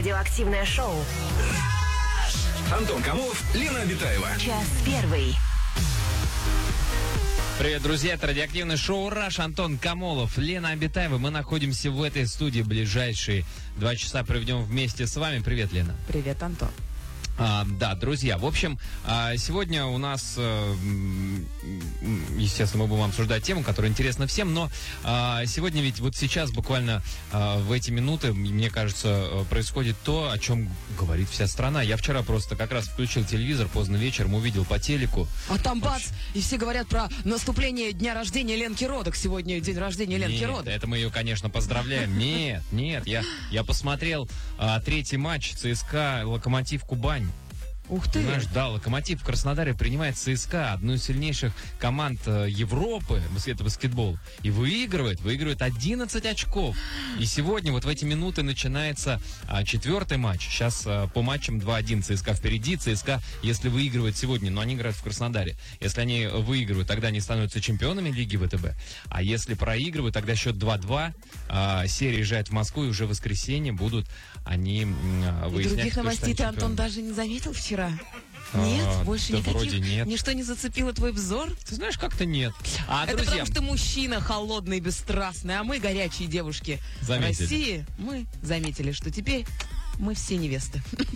Радиоактивное шоу. Антон Камолов, Лена Обитаева. Час первый. Привет, друзья, это радиоактивное шоу «Раш», Антон Камолов, Лена Обитаева. Мы находимся в этой студии, ближайшие 2 часа проведем вместе с вами. Привет, Лена. Привет, Антон. Да, друзья, в общем, сегодня у нас, естественно, мы будем обсуждать тему, которая интересна всем, но сегодня ведь вот сейчас буквально в эти минуты, мне кажется, происходит то, о чем говорит вся страна. Я вчера просто как раз включил телевизор поздно вечером, увидел по телеку. А там бац, и все говорят про наступление дня рождения Ленки Родок. Сегодня день рождения Ленки Родок. Это мы ее, конечно, поздравляем. Нет, я посмотрел 3-й матч ЦСКА «Локомотив Кубань». Ух ты! Знаешь, да, «Локомотив» в Краснодаре принимает ЦСКА, одну из сильнейших команд Европы, это баскетбол, и выигрывает 11 очков. И сегодня, вот в эти минуты, начинается 4-й матч. Сейчас по матчам 2-1 ЦСКА впереди. ЦСКА, если выигрывает сегодня, но они играют в Краснодаре, если они выигрывают, тогда они становятся чемпионами Лиги ВТБ. А если проигрывают, тогда счет 2-2. Серия езжает в Москву, и уже в воскресенье будут они выяснять, других новостей ты, Антон, даже не заметил вчера? Нет? Больше да никаких? вроде нет. Ничто не зацепило твой взор? Ты знаешь, как-то нет. Это друзья, потому что мужчина холодный, бесстрастный, а мы, горячие девушки заметили. России, мы заметили, что теперь мы все невесты.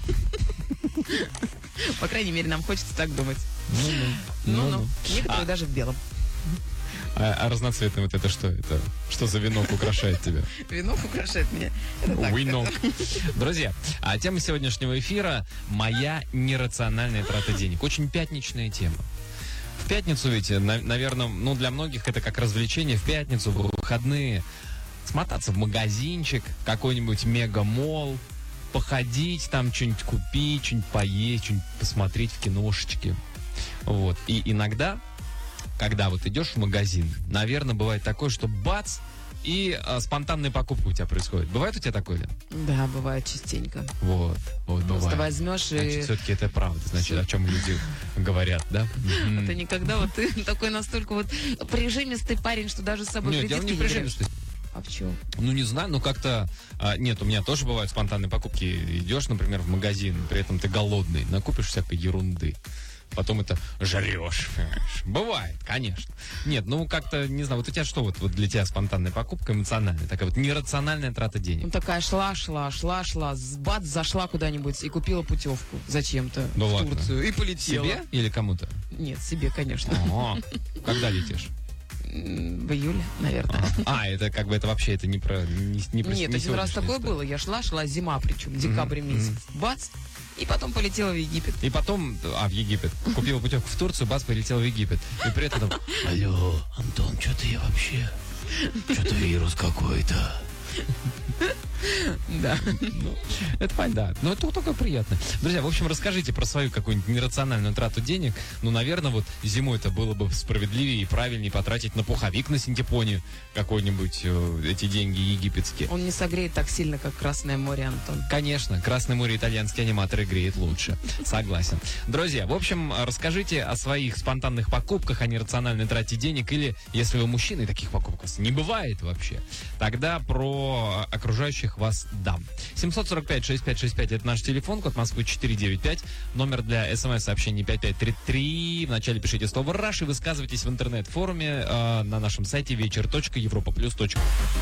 По крайней мере, нам хочется так думать. Ну. Некоторые даже в белом. А разноцветный вот это что? Это что за венок украшает тебя? Венок украшает меня. Венок. Друзья, тема сегодняшнего эфира – моя нерациональная трата денег. Очень пятничная тема. В пятницу, ведь, наверное, для многих это как развлечение. В пятницу, в выходные, смотаться в магазинчик, какой-нибудь мегамолл, походить, там что-нибудь купить, что-нибудь поесть, что-нибудь посмотреть в киношечке. Вот. И иногда, когда вот идешь в магазин, наверное, бывает такое, что бац, и спонтанная покупка у тебя происходит. Бывает у тебя такое, Лен? Да, бывает частенько. Вот бывает. Просто возьмешь и... Значит, все-таки это правда. Значит, о чем люди говорят, да? Это никогда вот ты такой настолько вот прижимистый парень, что даже с собой Нет, дело не в прижимистости. А в чем? Не знаю, как-то... Нет, у меня тоже бывают спонтанные покупки. Идешь, например, в магазин, при этом ты голодный, накупишь всякой ерунды. Потом это жрешь. Бывает, конечно. Нет, как-то, не знаю, вот у тебя что вот для тебя спонтанная покупка, эмоциональная, такая вот нерациональная трата денег? Такая шла, бац, зашла куда-нибудь и купила путевку зачем-то в Турцию и полетела. Себе или кому-то? Нет, себе, конечно. Когда летишь? В июле, наверное. Это как бы это вообще это не про Нет, один раз такое было. Я шла, зима, причем декабрь месяц. Бац, и потом полетела в Египет. И потом, в Египет. Купила путевку в Турцию, бац, полетела в Египет. И при этом... Алло, Антон, что-то я вообще... Что-то вирус какой-то. Да. Это понятно, да. Но это только приятно. Друзья, в общем, расскажите про свою какую-нибудь нерациональную трату денег. Наверное, вот зимой это было бы справедливее и правильнее потратить на пуховик на синтепоне какой-нибудь эти деньги египетские. Он не согреет так сильно, как Красное море, Антон. Конечно, Красное море итальянские аниматоры греет лучше. Согласен. Друзья, в общем, расскажите о своих спонтанных покупках, о нерациональной трате денег. Или, если вы мужчина, и таких покупок не бывает вообще, тогда про окружающих вас дам. 745-6565 это наш телефон, код Москвы 495, номер для смс-сообщений 5533. Вначале пишите слово «Раш» и высказывайтесь в интернет-форуме на нашем сайте вечер.европаплюс.ру.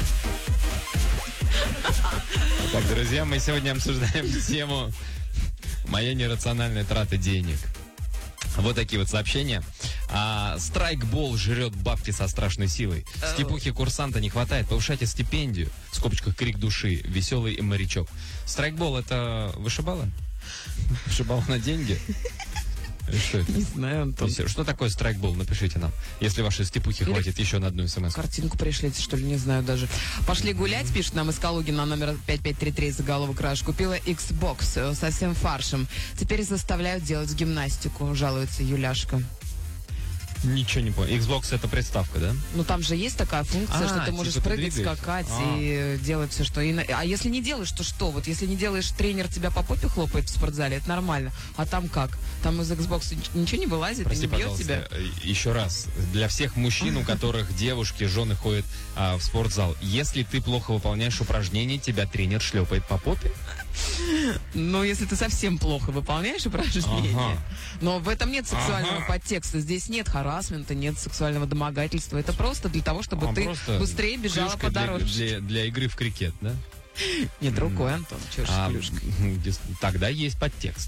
Так, друзья, мы сегодня обсуждаем тему «Моя нерациональная трата денег». Вот такие вот сообщения. Страйкбол жрет бабки со страшной силой. Степухи курсанта не хватает. Повышайте стипендию. В скобочках крик души. Веселый морячок. Страйкбол это вышибало? Вышибало на деньги? Что это? Не знаю, Антон. Что такое страйкбол? Напишите нам. Если вашей степухи хватит еще на одну смс. Картинку пришлите, что ли, не знаю даже. Пошли гулять, пишет нам из Калуги на номер 5533 заголовок «Раш». Купила Xbox со всем фаршем. Теперь заставляют делать гимнастику, жалуется Юляшка. Ничего не понял. Xbox это приставка, да? Там же есть такая функция, что ты можешь прыгать, скакать и делать все, что... А если не делаешь, то что? Вот если не делаешь, тренер тебя по попе хлопает в спортзале, это нормально. А там как? Там из Xbox ничего не вылазит, прости, не бьет пожалуйста, тебя? Еще раз. Для всех мужчин, у которых девушки, жены ходят в спортзал, если ты плохо выполняешь упражнения, тебя тренер шлепает по попе? Ну, если ты совсем плохо выполняешь упражнения. Но в этом нет сексуального подтекста. Здесь нет харассмента, нет сексуального домогательства. Это просто для того, чтобы ты быстрее бежала по дорожке. Для игры в крикет, да? Нет, рукой, Антон. Чего ж клюшкой? Тогда есть подтекст.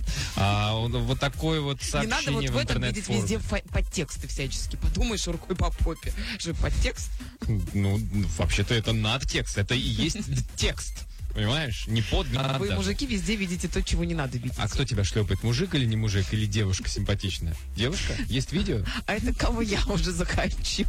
Вот такое вот сообщение в интернет-форуме. Не надо вот в этом видеть везде подтексты всячески. Подумаешь, рукой по попе. Же подтекст? Ну, вообще-то это надтекст. Это и есть текст. Понимаешь? Не под, не над. Вы, мужики, везде видите то, чего не надо видеть. А кто тебя шлепает? Мужик или не мужик? Или девушка симпатичная? Девушка? Есть видео? А это кого я уже захочу?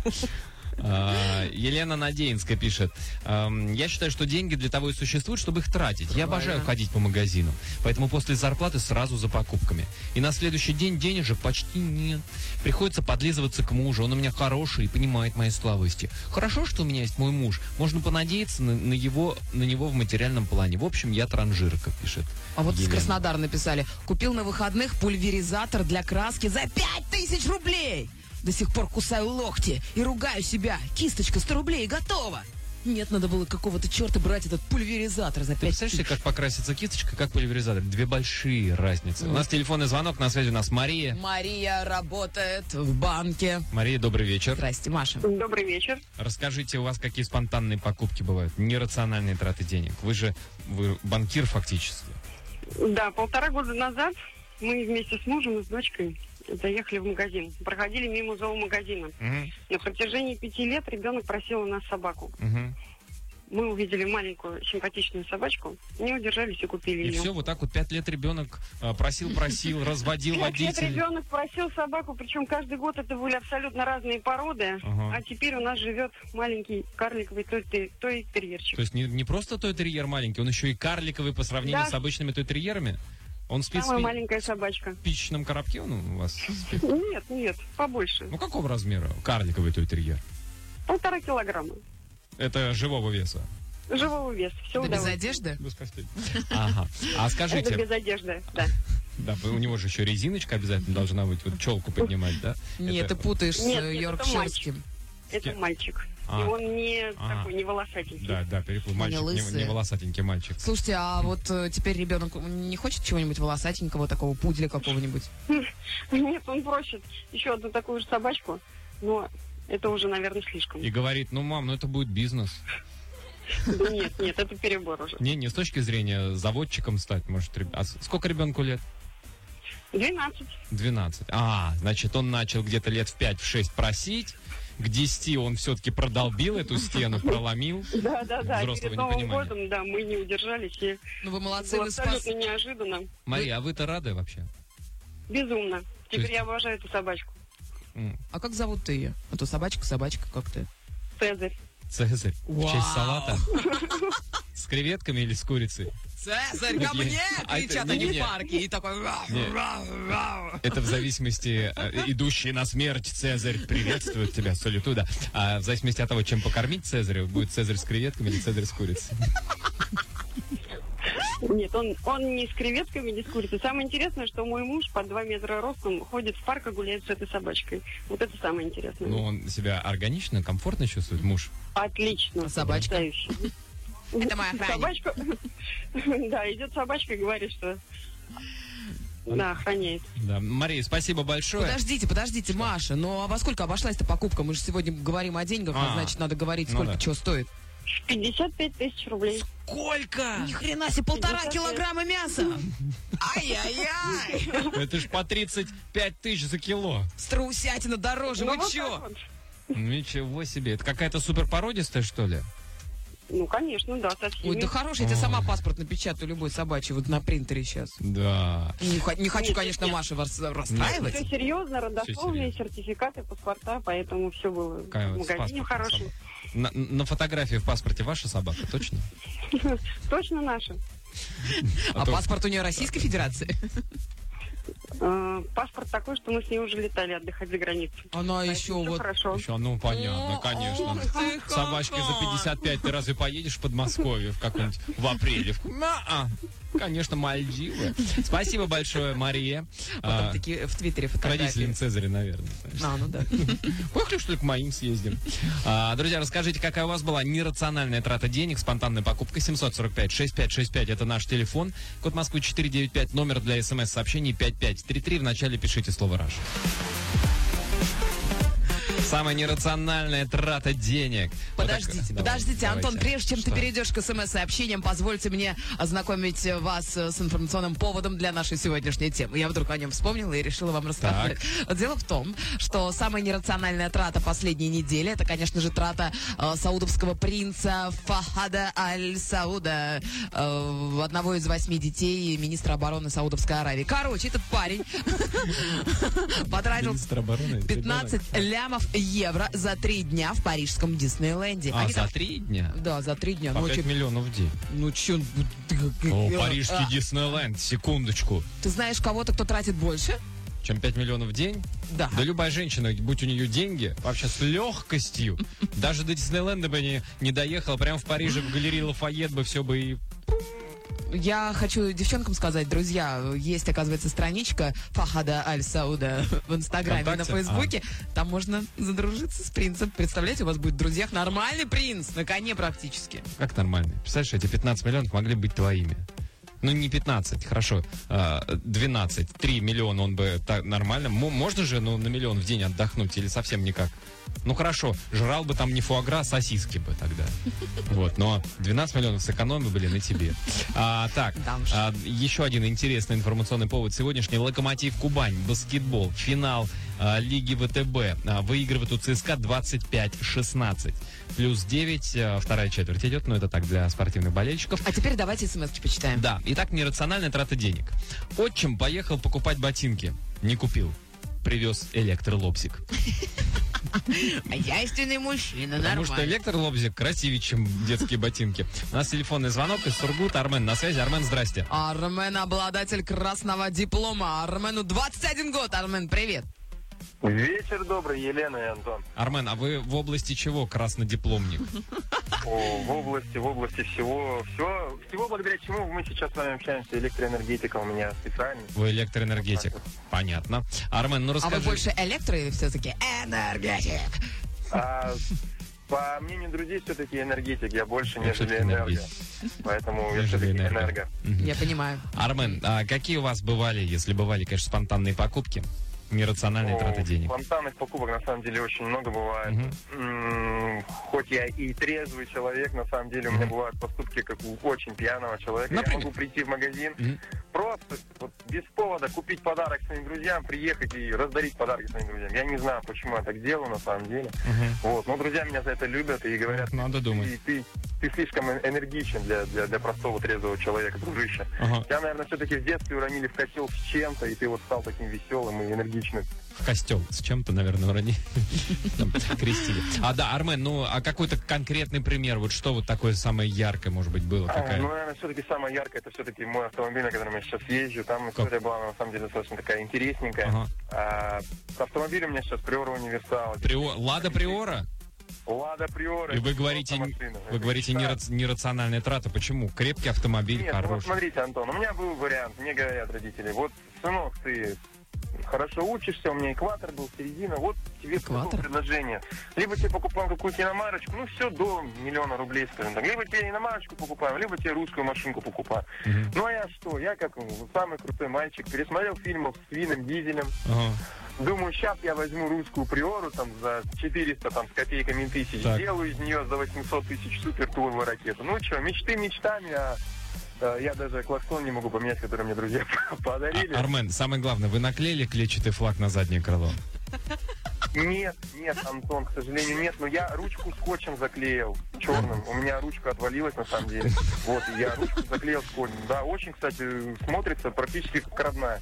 Елена Надеинская пишет: я считаю, что деньги для того и существуют, чтобы их тратить. Я обожаю ходить по магазинам, поэтому после зарплаты сразу за покупками. И на следующий день денежек почти нет. Приходится подлизываться к мужу. Он у меня хороший и понимает мои слабости. Хорошо, что у меня есть мой муж. Можно понадеяться на него в материальном плане. В общем, я транжирка, пишет А вот Елена. С Краснодара написали: купил на выходных пульверизатор для краски за 5000 рублей. До сих пор кусаю локти и ругаю себя. Кисточка 100 рублей готова. Нет, надо было какого-то черта брать этот пульверизатор за 5 тысяч. Представляешь себе, как покрасится кисточка, как пульверизатор? Две большие разницы. У нас телефонный звонок, на связи у нас Мария. Мария работает в банке. Мария, добрый вечер. Здрасте, Маша. Добрый вечер. Расскажите, у вас какие спонтанные покупки бывают? Нерациональные траты денег. Вы банкир фактически. Да, 1,5 года назад мы вместе с мужем и с дочкой заехали в магазин. Проходили мимо зоомагазина. На протяжении 5 лет ребенок просил у нас собаку. Мы увидели маленькую симпатичную собачку, не удержались и купили ее. И все, вот так вот 5 лет ребенок просил, разводил 5 лет водителей. ребенок просил собаку, причем каждый год это были абсолютно разные породы. А теперь у нас живет маленький карликовый той-терьерчик. То есть не просто той-терьер маленький, он еще и карликовый по сравнению с обычными той-терьерами? Он спит Самая маленькая собачка. В спичечном коробке он у вас спит? Нет, побольше. Ну, какого размера карликовый той-терьер? 1,5 килограмма. Это живого веса? Живого веса. Все без одежды? Без костей. Ага. А скажите... Это без одежды, да. Да, у него же еще резиночка обязательно должна быть, вот челку поднимать, да? Нет, ты путаешь с йоркширским. Это мальчик. И он не такой, не волосатенький. Да, перепутал. Мальчик, не волосатенький мальчик. Слушайте, а вот теперь ребенок не хочет чего-нибудь волосатенького, такого пуделя какого-нибудь? Нет, он просит еще одну такую же собачку, но это уже, наверное, слишком. И говорит: ну, мам, это будет бизнес. Да нет, это перебор уже. Не с точки зрения заводчиком стать, может. А сколько ребенку лет? 12. 12. Значит, он начал где-то лет в 5-6 просить. К 10 он все-таки продолбил эту стену, проломил. Да. Взрослого Перед Новым годом, да, мы не удержались. И ну, вы молодцы, вы абсолютно неожиданно. Мария, а вы-то рады вообще? Безумно. Теперь я обожаю эту собачку. А как зовут ты ее? А то собачка, как ты? Цезарь. Цезарь? В честь салата? С креветками или с курицей? Цезарь, ко мне! Кричат они в парке. И такой... Это в зависимости... Идущие на смерть Цезарь приветствует тебя, салютуда. А в зависимости от того, чем покормить Цезаря, будет Цезарь с креветками или Цезарь с курицей. Нет, он не с креветками, не с курицей. Самое интересное, что мой муж под 2 метра ростом ходит в парк и гуляет с этой собачкой. Вот это самое интересное. Ну, он себя органично, комфортно чувствует, муж? Отлично. Собачка? Это моя охранник. Собачка. Да, идет собачка и говорит, что... Да, охраняет. Да. Мария, спасибо большое. Подождите, что? Маша, ну а во сколько обошлась-то покупка? Мы же сегодня говорим о деньгах, значит, надо говорить, сколько чего стоит. 55 тысяч рублей. Сколько? Ни хрена себе, 1,5 килограмма мяса. Ай-яй-яй. Это ж по 35 тысяч за кило. Страусятина дороже, вы чё? Ничего себе. Это какая-то суперпородистая, что ли? Ну, конечно, да, совсем. Ой, да хороший, я тебе сама паспорт напечатаю, любой собачий, вот на принтере сейчас. Да. Не хочу, конечно, Машу расстраивать. Все серьезно, родословные сертификаты, паспорта, поэтому все было в магазине хорошее. На фотографии в паспорте ваша собака, точно? Точно наша. А паспорт у нее Российской Федерации? Паспорт такой, что мы с ней уже летали отдыхать за границу. Она еще вот... Хорошо. Еще, ну, понятно, конечно. Собачки за 55 ты разве поедешь в Подмосковье в каком-нибудь в апреле? Конечно, Мальдивы. Спасибо большое, Мария. Потом такие в Твиттере фотографии. Родителям Цезаря, наверное. Ну да. Поехали, что ли, к моим съездим. Друзья, расскажите, какая у вас была нерациональная трата денег, спонтанная покупка 745-6565. Это наш телефон. Код Москвы 495, номер для смс-сообщений 5533. Вначале пишите слово «Раш». Самая нерациональная трата денег. Подождите, Антон, прежде чем ты перейдешь к смс-сообщениям, позвольте мне ознакомить вас с информационным поводом для нашей сегодняшней темы. Я вдруг о нем вспомнила и решила вам рассказать. Дело в том, что самая нерациональная трата последней недели, это, конечно же, трата саудовского принца Фахада Аль-Сауда, одного из 8 детей министра обороны Саудовской Аравии. Короче, этот парень потратил 15 лямов евро за 3 дня в парижском Диснейленде. За 3 дня? Да, за 3 дня. По 5 миллионов в день. Ну, чё... Парижский Диснейленд, секундочку. Ты знаешь кого-то, кто тратит больше? Чем 5 миллионов в день? Да. Да любая женщина, будь у нее деньги, вообще с легкостью, даже до Диснейленда бы не доехала, прямо в Париже, в галерее Лафайет бы все бы и... Я хочу девчонкам сказать, друзья, есть, оказывается, страничка Фахада Аль-Сауда в Инстаграме, на Фейсбуке. Там можно задружиться с принцем. Представляете, у вас будет в друзьях нормальный принц, на коне практически. Как нормальный? Представляешь, эти 15 миллионов могли быть твоими. Ну, не 15, хорошо, 12, 3 миллиона он бы так нормально. Можно же, ну, на миллион в день отдохнуть или совсем никак? Ну, хорошо, жрал бы там не фуагра, сосиски бы тогда. Вот, но 12 миллионов сэкономил, блин, на тебе. Еще один интересный информационный повод. Сегодняшний Локомотив Кубань, баскетбол, финал Лиги ВТБ. Выигрывает у ЦСКА 25-16. Плюс 9, вторая четверть идет, но это так, для спортивных болельщиков. А теперь давайте смс-ки почитаем. Да, итак, нерациональная трата денег. Отчим поехал покупать ботинки. Не купил. Привез электролобзик. Хозяйственный мужчина, нормально. Потому что электролобзик красивее, чем детские ботинки. У нас телефонный звонок из Сургута. Армен на связи. Армен, здрасте. Армен, обладатель красного диплома. Армену 21 год. Армен, привет. Вечер добрый, Елена и Антон. Армен, а вы в области чего краснодипломник? В области всего благодаря чему мы сейчас с вами общаемся. Электроэнергетика у меня специальный. Вы электроэнергетик. Понятно. Армен, ну расскажи. А вы больше электро или все-таки энергетик? По мнению друзей, все-таки энергетик. Я больше, нежели энергия. Поэтому я все-таки энерго. Я понимаю. Армен, а какие у вас бывали, если бывали, конечно, спонтанные покупки? Нерациональные траты денег. Спонтанных покупок на самом деле очень много бывает. Хоть я и трезвый человек, на самом деле у меня бывают поступки как у очень пьяного человека. Например? Я могу прийти в магазин, просто вот, без повода купить подарок своим друзьям, приехать и раздарить подарки своим друзьям. Я не знаю, почему я так делаю на самом деле. Вот. Но друзья меня за это любят и говорят, надо думать. Ты слишком энергичен для простого трезвого человека, дружище. Тебя, наверное, все-таки в детстве уронили в котел с чем-то, и ты вот стал таким веселым и энергичным. В костел с чем-то, наверное, уронили. Крестили. Армен, ну, а какой-то конкретный пример, вот что вот такое самое яркое, может быть, было? Ну, наверное, все-таки самое яркое, это все-таки мой автомобиль, на котором я сейчас езжу. Там история была, на самом деле, достаточно такая интересненькая. Автомобиль у меня сейчас Приора Универсал. Лада Приора? Лада Приора. И вы говорите нерациональная трата. Почему? Крепкий автомобиль, хороший. хороший. Ну, смотрите, Антон, у меня был вариант. Мне говорят родители, вот, сынок, ты хорошо учишься, у меня экватор был, середина, вот тебе предложение. Либо тебе покупаем какую-то иномарочку, ну все, до 1 000 000 рублей, скажем так. Либо тебе иномарочку покупаем, либо тебе русскую машинку покупаем. Ну а я что? Я как самый крутой мальчик, пересмотрел фильмов с Вином Дизелем. Думаю, сейчас я возьму русскую Приору там за 400 там, с копейками тысяч, сделаю из нее за 800 тысяч супер турбо ракету. Ну что, мечты мечтами, я даже клаксон не могу поменять, который мне друзья подарили. Армен, самое главное, вы наклеили клетчатый флаг на заднее крыло? Нет, Антон, к сожалению, нет. Но я ручку скотчем заклеил черным. У меня ручка отвалилась, на самом деле. Вот, и я ручку заклеил скотчем. Да, очень, кстати, смотрится практически как родная.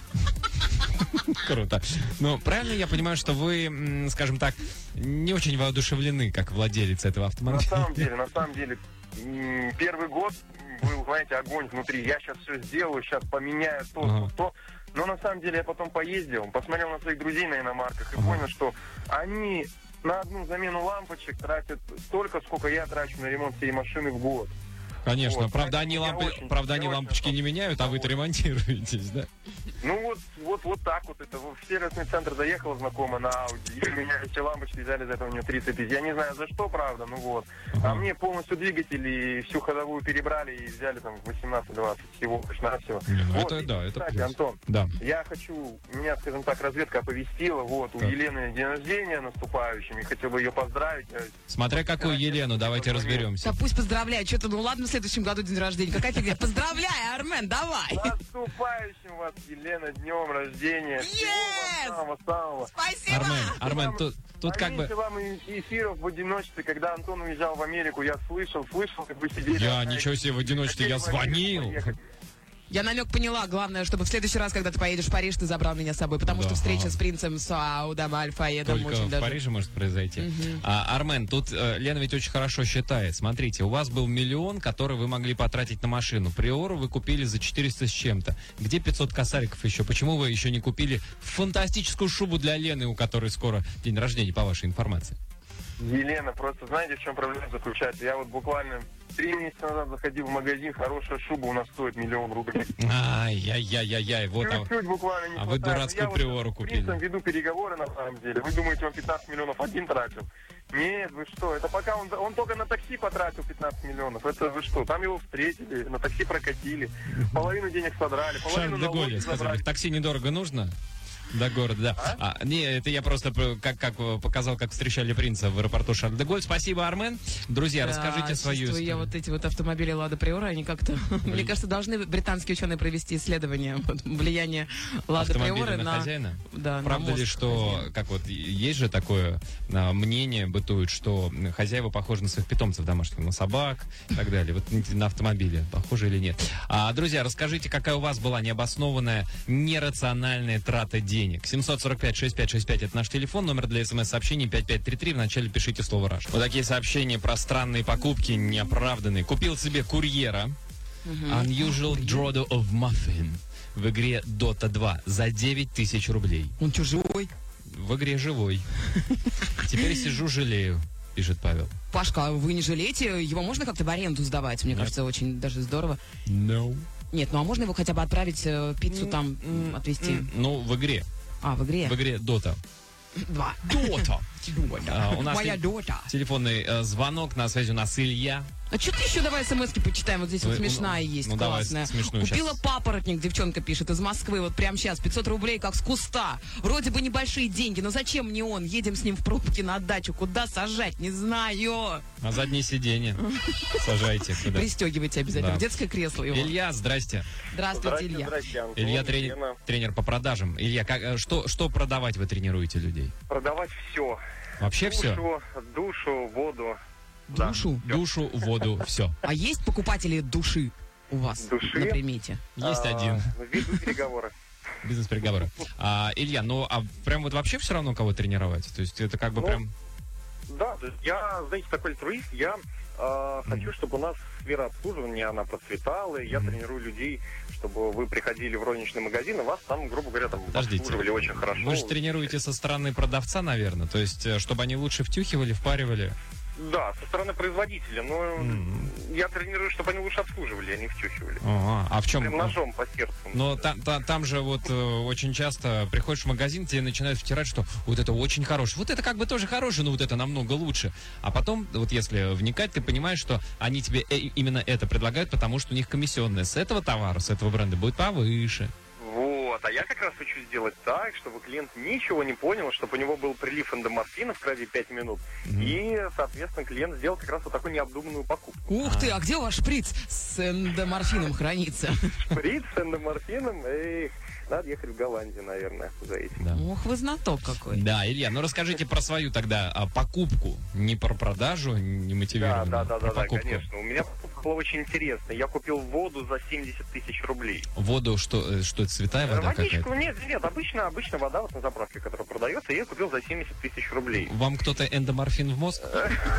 Круто. Но правильно я понимаю, что вы, скажем так, не очень воодушевлены, как владелец этого автомобиля? На самом деле, первый год был, знаете, огонь внутри. Я сейчас все сделаю, сейчас поменяю то. Но на самом деле я потом поездил, посмотрел на своих друзей на иномарках и понял, что они на одну замену лампочек тратят столько, сколько я трачу на ремонт всей машины в год. Конечно, вот, правда, они лампочки не меняют, а вы-то ремонтируетесь, да? Ну вот так вот. Это в сервисный центр заехала знакомая на Ауди, и меняли все лампочки, взяли за это у нее 30 тысяч. Я не знаю за что, правда, ну вот. А мне полностью двигатель и всю ходовую перебрали и взяли там 18-20 всего, навсего. Вот, это да, это кстати, плюс. Антон, да. Я хочу, меня, скажем так, разведка оповестила, вот, у Елены день рождения наступающим, и хотел бы ее поздравить. Смотря какую Елену, давайте разберемся. Да пусть поздравляет, что-то, ну ладно, в следующем году день рождения, какая фигня. Поздравляй, Армен, давай! Наступающим вас, Елена, днем рождения! Самого-самого! Спасибо! Армен, тут как бы... вам эфиров в одиночестве, когда Антон уезжал в Америку, я слышал, как вы сидели... Ничего себе, в одиночестве, я звонил! Я намек поняла. Главное, чтобы в следующий раз, когда ты поедешь в Париж, ты забрал меня с собой. Потому что встреча с принцем Саудом Аль-Фаедом очень в Париже может произойти. Армен, тут Лена ведь очень хорошо считает. Смотрите, у вас был 1 миллион, который вы могли потратить на машину. Приору вы купили за 400 с чем-то. Где 500 косариков еще? Почему вы еще не купили фантастическую шубу для Лены, у которой скоро день рождения, по вашей информации? Елена, просто знаете, в чем проблема заключается? Я вот буквально 3 месяца назад заходил в магазин, хорошая шуба у нас стоит 1 000 000 рублей. Ай-яй-яй-яй, вот. Чуть-чуть буквально не вы дурацкую приору купили. Я веду переговоры на самом деле. Вы думаете, он 15 миллионов один тратил? Нет, вы что, это пока он только на такси потратил 15 миллионов. Это вы что, там его встретили, на такси прокатили, половину денег содрали, половину налоги сказали, такси недорого нужно? До города, да. Не, это я просто как показал, как встречали принца в аэропорту Шарль-де-Голь. Спасибо, Армен. Друзья, расскажите свою историю. Я вот эти вот автомобили Лада Приора, они как-то, мне кажется, должны британские ученые провести исследование влияния Лада Приора на хозяина. Да, правда ли, что, хозяина. Как вот есть же такое мнение бытует, что хозяева похожи на своих питомцев домашних, на собак и так далее. Вот на автомобиле похожи или нет. Друзья, расскажите, какая у вас была необоснованная, нерациональная трата денег. 745-6565 это наш телефон, номер для смс-сообщений 5533, вначале пишите слово «Раш». Вот такие сообщения про странные покупки, неоправданные. Купил себе курьера, Unusual Drawdown of Muffin в игре Dota 2 за 9000 рублей. Он что, живой? В игре живой. Теперь сижу, жалею, пишет Павел. Пашка, вы не жалеете? Его можно как-то в аренду сдавать? Мне кажется, очень даже здорово. No. Нет, ну а можно его хотя бы отправить, пиццу там отвезти? Ну, в игре. В игре? В игре Dota. 2. Дота. У нас моя Дота. Телефонный звонок, на связи у нас Илья. А что ты еще давай смс-ки почитаем? Вот здесь вот смешная есть, классная. Купила папоротник, девчонка пишет, из Москвы, вот прямо сейчас, 500 рублей, как с куста. Вроде бы небольшие деньги, но зачем мне он? Едем с ним в пробке на дачу. Куда сажать? Не знаю. На заднее сиденье. Сажайте. Пристегивайте обязательно. В детское кресло его. Илья, здрасте. Здравствуйте, Илья. Здрасте, Антон, Илья тренер по продажам. Илья, что продавать вы тренируете людей? Продавать все. Вообще все? Душу, воду. Душу? Да, душу, воду, все. А есть покупатели души у вас на примете? Есть один. Бизнес-переговоры. Бизнес-переговоры. Илья, прям вот вообще все равно кого тренировать? То есть это как бы прям... Да, я, знаете, такой альтруист, я хочу, чтобы у нас сфера обслуживания, она процветала, и я тренирую людей, чтобы вы приходили в розничный магазин, и вас там, грубо говоря, там обслуживали очень хорошо. Вы же тренируете со стороны продавца, наверное, то есть, чтобы они лучше втюхивали, впаривали? Да, со стороны производителя, но я тренирую, чтобы они лучше обслуживали, а не втюхивали. А в чем? Прям ножом по сердцу. Но там же вот очень часто приходишь в магазин, тебе начинают втирать, что вот это очень хорошее. Вот это как бы тоже хорошее, но вот это намного лучше. А потом, вот если вникать, ты понимаешь, что они тебе именно это предлагают, потому что у них комиссионная с этого товара, с этого бренда будет повыше. А я как раз хочу сделать так, чтобы клиент ничего не понял, чтобы у него был прилив эндоморфина в крови 5 минут. И, соответственно, клиент сделал как раз вот такую необдуманную покупку. Ух ты, а где ваш шприц с эндоморфином хранится? Шприц с эндоморфином? Надо ехать в Голландию, наверное, за этим. Да. Ох, вы знаток какой. Да, Илья, расскажите про свою тогда покупку. Не про продажу, не мотивированную. Да, конечно. У меня покупка была очень интересная. Я купил воду за 70 тысяч рублей. Воду, что это святая вода водичку, какая-то? Нет, обычная вода вот на заправке, которая продается, я ее купил за 70 тысяч рублей. Вам кто-то эндоморфин в мозг?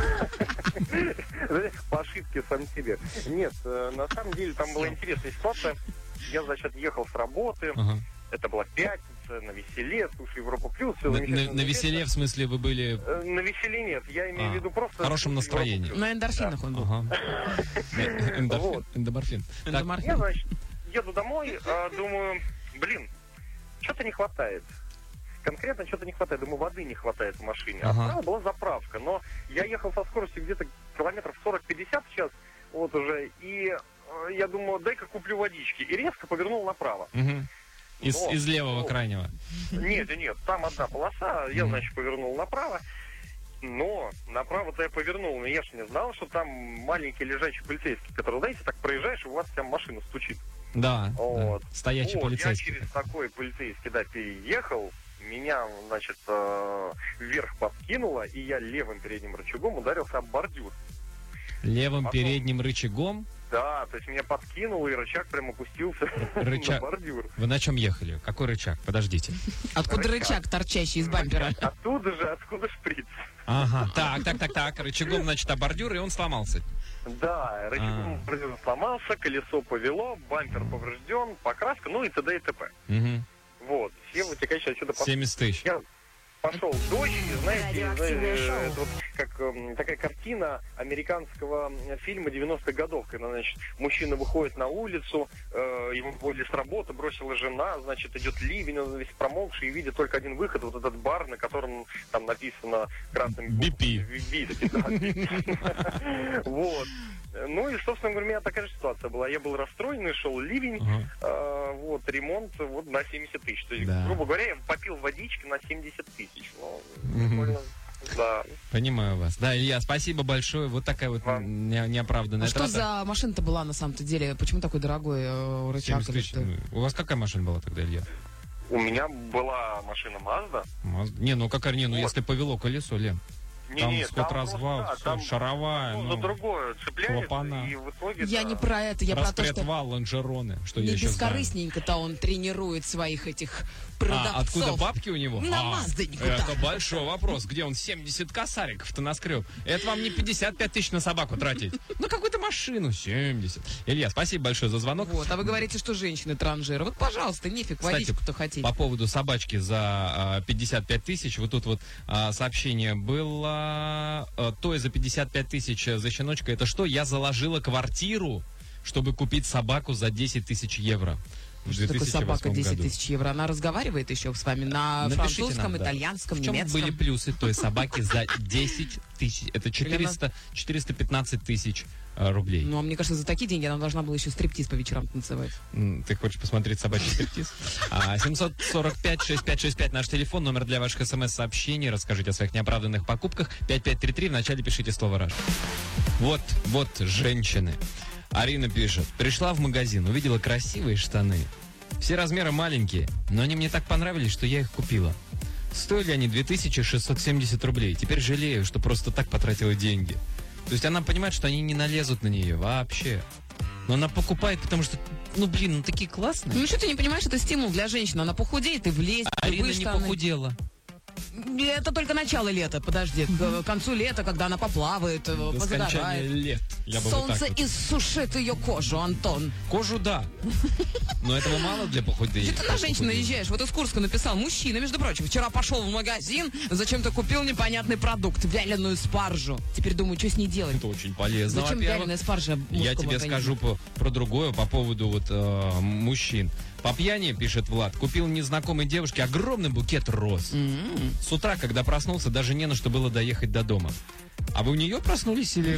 По ошибке сам себе. Нет, на самом деле там была интересная ситуация. Я, значит, ехал с работы, Это была пятница, на веселе, слушай, Европа Плюс. На веселе, в смысле, вы были... На веселе нет, я имею в виду просто... В хорошем настроении. На эндорфинах он был. Эндорфин. Я, значит, еду домой, думаю, что-то не хватает. Конкретно что-то не хватает. Думаю, воды не хватает в машине. А справа была заправка. Но я ехал со скоростью где-то километров 40-50 в час, вот уже, и я думаю, дай-ка куплю водички. И резко повернул направо. Из левого крайнего? Нет, там одна полоса, я, значит, повернул направо. Но направо-то я повернул, но я же не знал, что там маленький лежачий полицейский, который, знаете, так проезжаешь, у вас прям машина стучит. Да, вот. Да. Стоячий полицейский. Я через такой полицейский, переехал, меня, значит, вверх подкинуло, и я левым передним рычагом ударился об бордюр. Левым передним рычагом? Да, то есть меня подкинуло, и рычаг прям опустился на бордюр. Вы на чем ехали? Какой рычаг? Подождите. Откуда рычаг, торчащий из бампера? Откуда шприц. Ага, так. Рычагом, значит, об бордюр, и он сломался. Да, рычагом бордюр сломался, колесо повело, бампер поврежден, покраска, и т.д. и т.п. Вот, все вытекающие отсюда... 70 тысяч. Пошел дождь, и, знаете, это вот как такая картина американского фильма 90-х годов, когда, значит, мужчина выходит на улицу, ему возле с работы бросила жена, значит, идет ливень, он весь промокший, и видит только один выход, вот этот бар, на котором там написано красным BP. Вот. Ну и, собственно говоря, у меня такая же ситуация была. Я был расстроен, шел ливень, ремонт на 70 тысяч. То есть, грубо говоря, я попил водички на 70 тысяч. Да. Понимаю вас. Да, Илья, спасибо большое. Вот такая вот неоправданная трата. Что за машина-то была на самом-то деле? Почему такой дорогой рычаг? У вас какая машина была тогда, Илья? У меня была машина Mazda. Если повело колесо, Лен. Там сход-развал, шаровая, другое цепляется, и в итоге... Я не про это, я про то, что... лонжероны, что не бескорыстненько-то он тренирует своих этих продавцов. Откуда бабки у него? На Мазде никуда. Это большой вопрос. Где он 70 косариков-то наскреб? Это вам не 55 тысяч на собаку тратить. На какую-то машину 70. Илья, спасибо большое за звонок. Вот, а вы говорите, что женщины транжиры. Вот, пожалуйста, нефиг, водичку-то хотите. По поводу собачки за 55 тысяч, вот тут вот сообщение было... То за 55 тысяч за щеночка, это что? Я заложила квартиру, чтобы купить собаку за 10 тысяч евро. Что такое собака 10 тысяч евро? Она разговаривает еще с вами на французском, итальянском, немецком? В чем были плюсы той собаки за 10 тысяч? Это 415 тысяч рублей. Ну, а мне кажется, за такие деньги она должна была еще стриптиз по вечерам танцевать. Ты хочешь посмотреть собачий стриптиз? 745-6565 наш телефон, номер для ваших смс-сообщений. Расскажите о своих неоправданных покупках. 5533, вначале пишите слово «Раш». Вот женщины. Арина пишет. Пришла в магазин, увидела красивые штаны. Все размеры маленькие, но они мне так понравились, что я их купила. Стоили они 2670 рублей. Теперь жалею, что просто так потратила деньги. То есть она понимает, что они не налезут на нее вообще. Но она покупает, потому что, такие классные. Ну что ты не понимаешь, это стимул для женщины. Она похудеет и влезет. Арина не похудела. Это только начало лета, подожди. К концу лета, когда она поплавает, позагорает. Лет. Солнце иссушит ее кожу, Антон. Кожу, да. Но этого мало для похудения. Ты на женщину наезжаешь. Вот из Курска написал мужчина, между прочим, вчера пошел в магазин, зачем-то купил непонятный продукт, вяленую спаржу. Теперь думаю, что с ней делать. Это очень полезно. Зачем вяленая спаржа? Я тебе скажу про другое, по поводу мужчин. По пьяни, пишет Влад, купил незнакомой девушке огромный букет роз. С утра, когда проснулся, даже не на что было доехать до дома. А вы у нее проснулись или...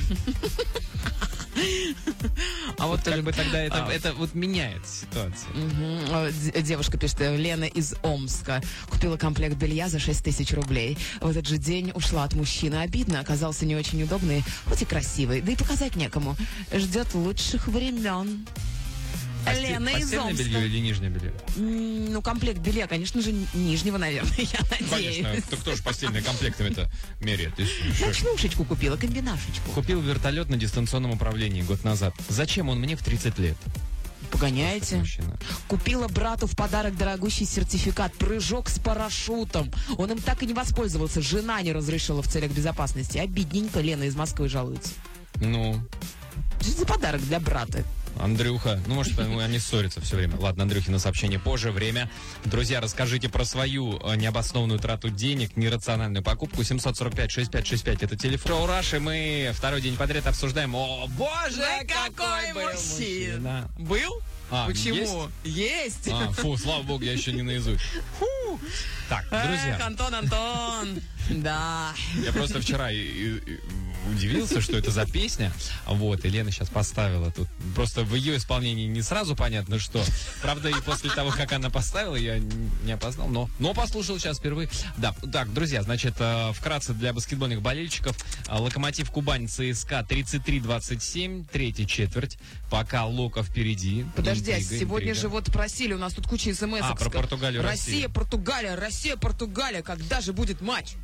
А вот как бы тогда это вот меняет ситуацию. Девушка пишет, Лена из Омска. Купила комплект белья за 6 тысяч рублей. В этот же день ушла от мужчины. Обидно, оказался не очень удобный, хоть и красивый. Да и показать некому. Ждет лучших времен. Лена из Омска. Постельное белье или нижнее белье? Комплект белья, конечно же, нижнего, наверное, я надеюсь. Конечно, кто же постельные комплектами-то меряет? Ночнушечку купила, комбинашечку. Купил вертолет на дистанционном управлении год назад. Зачем он мне в 30 лет? Погоняете? Купила брату в подарок дорогущий сертификат «Прыжок с парашютом». Он им так и не воспользовался. Жена не разрешила в целях безопасности. Обидненько, Лена из Москвы жалуется. Ну? Что за подарок для брата? Андрюха, ну, может, они ссорятся все время. Ладно, Андрюхи на сообщение позже. Время. Друзья, расскажите про свою необоснованную трату денег, нерациональную покупку. 745-6565 это телефон. Раши, мы второй день подряд обсуждаем. О, боже, какой был мужчина. Был? Почему? Есть? Фу, слава богу, я еще не наизусть. Фу. Так, друзья. Антон. Да. Я просто вчера удивился, что это за песня. Вот, и Лена сейчас поставила тут. Просто в ее исполнении не сразу понятно, что. Правда, и после того, как она поставила, я не опознал, но послушал сейчас впервые. Да, так, друзья, значит, вкратце для баскетбольных болельщиков. Локомотив Кубань ЦСКА 33-27, третья четверть. Пока Лока впереди. Подожди, сегодня же вот просили, у нас тут куча смс-ок. Про Португалию, Россия, Португалия, когда же будет матч?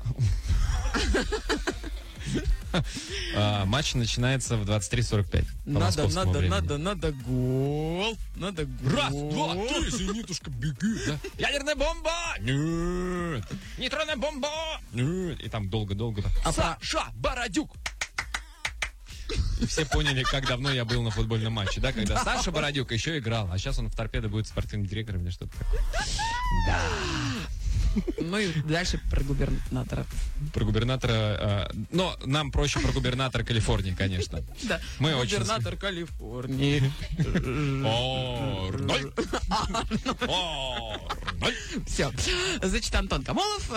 Матч начинается в 23:45. Надо гол. Раз, два, три, зенитушка, беги. Да? Ядерная бомба! Нет. Нейтронная бомба! Нет. И там долго-долго. Саша Бородюк! Все поняли, как давно я был на футбольном матче, да? Когда Саша Бородюк еще играл, а сейчас он в «Торпедо» будет спортивным директором или что-то такое. Да. Ну и дальше про губернатора. Про губернатора... но нам проще про губернатора Калифорнии, конечно. Да. Мы губернатор очень... Калифорнии. Все. Значит, Антон Камолов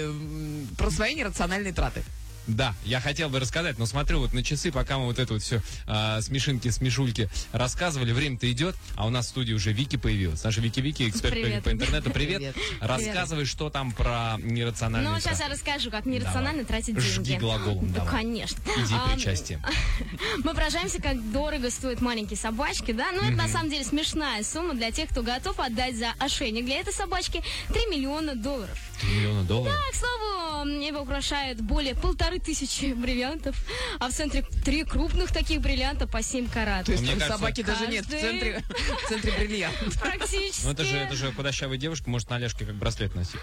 про свои нерациональные траты. Да, я хотел бы рассказать, но смотрю вот на часы, пока мы вот это вот все смешинки-смешульки рассказывали, время-то идет, а у нас в студии уже Вики появилась. Наша Вики, эксперт по интернету. Привет. Рассказывай, что там про нерациональные траты. Ну, сейчас я расскажу, как нерационально тратить деньги. Жги глаголом, да, конечно. Иди причастие. Мы поражаемся, как дорого стоят маленькие собачки, да? Но это на самом деле смешная сумма для тех, кто готов отдать за ошейник для этой собачки $3 миллиона. $3 миллиона? Да, к слову, его украшает более 1500 бриллиантов, а в центре 3 крупных таких бриллианта по 7 карат. То есть у собаки даже нет в центре бриллиантов. Практически. Ну это же худощавая девушка может на ляжке как браслет носить.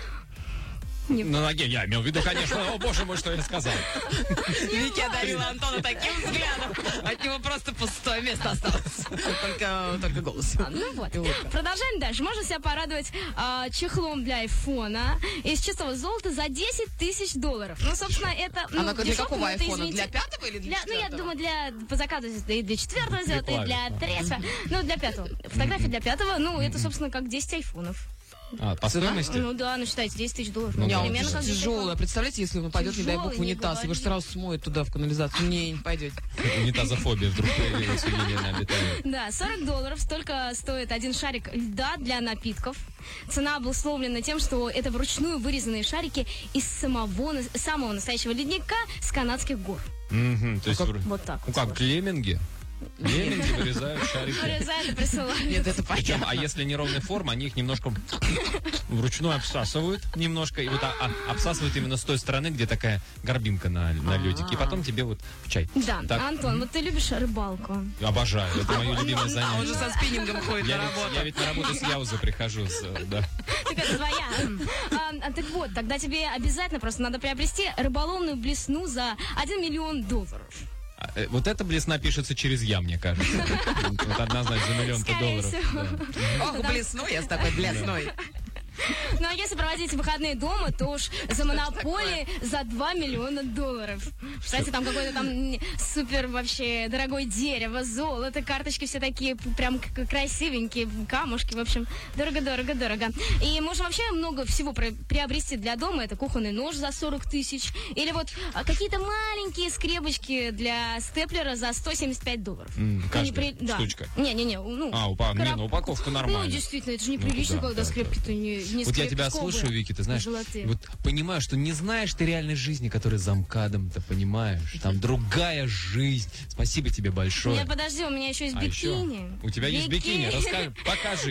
На ноге я имел в виду, конечно. О, боже мой, что я сказал. Вики одарила Антона таким взглядом. От него просто пустое место осталось. Только голос. Ну вот. Продолжаем дальше. Можно себя порадовать чехлом для айфона из чистого золота за $10 000. Ну, собственно, это... А для какого айфона? Для 5-го или для 4-го? Ну, я думаю, по заказу и для 4-го сделать, и для 3-го. Ну, для 5-го. Фотографии для 5-го. Ну, это, собственно, как 10 айфонов. По стоимости? Ну да, ну считайте, $10 000. Ну, он тяжелый. Представляете, если он упадет, не дай бог, в унитаз, его же сразу смоет туда, в канализацию. Не пойдете. Унитазофобия вдруг появилась у Елены Обитаевой. Да, $40 столько стоит один шарик льда для напитков. Цена обусловлена тем, что это вручную вырезанные шарики из самого настоящего ледника с канадских гор. То есть вот так. Ну как, лемминги? Лемминги вырезают шарики. Вырезают и присылают. Нет, это понятно. Причем, а если неровная форма, они их немножко вручную обсасывают немножко. И вот обсасывают именно с той стороны, где такая горбинка на лёдике. И потом тебе вот в чай. Да, Антон, вот ты любишь рыбалку? Обожаю, это мое любимое занятие. Он же со спиннингом ходит на работу. Я ведь на работу с Яуза прихожу. Так это твоя. Так вот, тогда тебе обязательно просто надо приобрести рыболовную блесну за $1 миллион. Вот эта блесна пишется через «я», мне кажется. Вот однозначно за $1 миллион. Ох, блесну я с такой блесной. Ну, а если проводить выходные дома, то уж за монополии за $2 миллиона. Кстати, там какое-то там супер вообще дорогое дерево, золото, карточки все такие прям красивенькие, камушки, в общем, дорого. И можно вообще много всего приобрести для дома. Это кухонный нож за 40 000. Или вот какие-то маленькие скрепочки для степлера за $175. Каждая штучка? Не. Упаковка нормальная. Ну, действительно, это же неприлично, когда скрепки-то не вот я тебя слушаю, Вики, ты знаешь, вот понимаю, что не знаешь ты реальной жизни, которая за МКАДом-то, понимаешь? Там другая жизнь. Спасибо тебе большое. Нет, подожди, у меня еще есть бикини. У тебя есть бикини? Расскажи, покажи. Да, у меня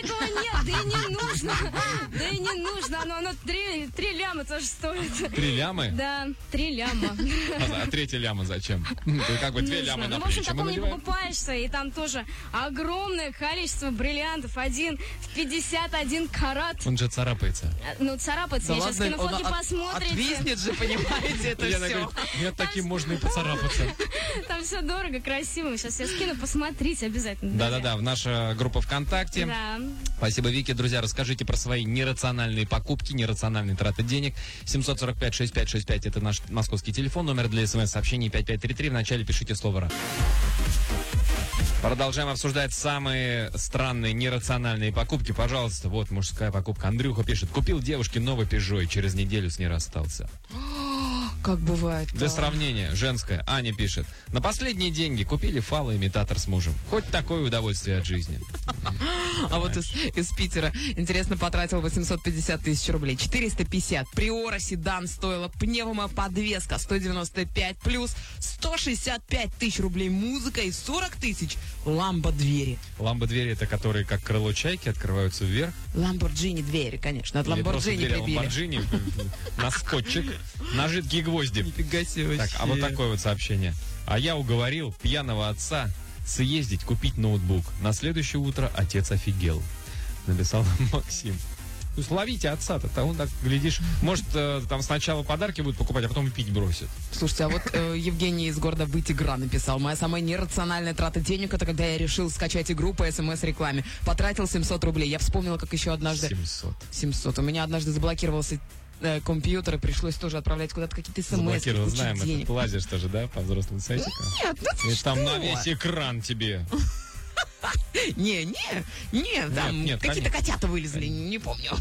такого нет, да и не нужно. Да и не нужно, оно 3 ляма тоже стоит. 3 лямы? Да, 3 ляма. А 3 ляма зачем? Ты как бы 2 лямы на плечи. Ну, в общем, таком не покупаешься, и там тоже огромное количество бриллиантов. Один в 51 карат. Он же царапается. Ну, царапается, я сейчас скину фотки, посмотрите. Отвиснет же, понимаете, это все. Нет, таким можно и поцарапаться. Там все дорого, красиво. Сейчас я скину, посмотрите обязательно. Да-да-да, в наша группа ВКонтакте. Да. Спасибо, Вики. Друзья, расскажите про свои нерациональные покупки, нерациональные траты денег. 745-6565 это наш московский телефон, номер для смс-сообщений 5533. В начале пишите слово «Ра». Продолжаем обсуждать самые странные, нерациональные покупки. Пожалуйста, вот мужская покупка. Андрюха пишет: купил девушке новый Peugeot и через неделю с ней расстался. Как бывает. Для сравнения, женская. Аня пишет: на последние деньги купили фалоимитатор с мужем. Хоть такое удовольствие от жизни. А вот из Питера, интересно, потратил 850 тысяч рублей. 450. Приора седан стоила, пневмоподвеска 195 плюс 165 тысяч рублей музыка и 40 тысяч ламбо-двери. Ламбо-двери — это которые как крыло чайки открываются вверх? Ламборджини двери, конечно. От Ламборджини прибили. Ламборджини на скотчик, на жидкие гвозди. Нифига себе вообще. Так, а вот такое вот сообщение. А я уговорил пьяного отца съездить купить ноутбук. На следующее утро отец офигел. Написал Максим. То есть ловите отца-то, он так, глядишь, может, там сначала подарки будут покупать, а потом и пить бросит. Слушайте, а вот Евгений из города Вытигра написал: моя самая нерациональная трата денег — это когда я решил скачать игру по СМС-рекламе. Потратил 700 рублей. Я вспомнила, как еще однажды... 700. У меня однажды заблокировался компьютер, и пришлось тоже отправлять куда-то какие-то смс. Заблокировал, знаем, это ты лазишь тоже, да, по взрослым сайтикам? Нет, ну ты что? Там на весь экран тебе. Там какие-то котята вылезли, не помню.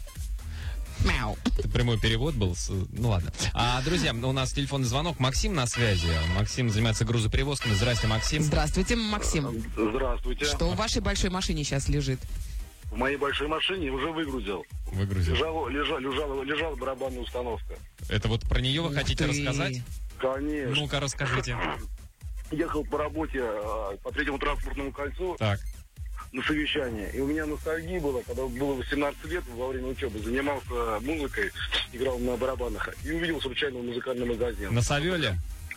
Мяу. Это прямой перевод был. Ну ладно. Друзья, у нас телефонный звонок. Максим на связи. Максим занимается грузоперевозками. Здрасте, Максим. Здравствуйте, Максим. Здравствуйте. Что в вашей большой машине сейчас лежит? В моей большой машине уже выгрузил. Лежала барабанная установка. Это вот про нее вы хотите рассказать? Конечно. Ну-ка, расскажите. Ехал по работе по 3-му транспортному кольцу. Так. На совещание. И у меня ностальгия была, когда было 18 лет, во время учебы занимался музыкой, играл на барабанах. И увидел случайно музыкальный магазин. На Савеле?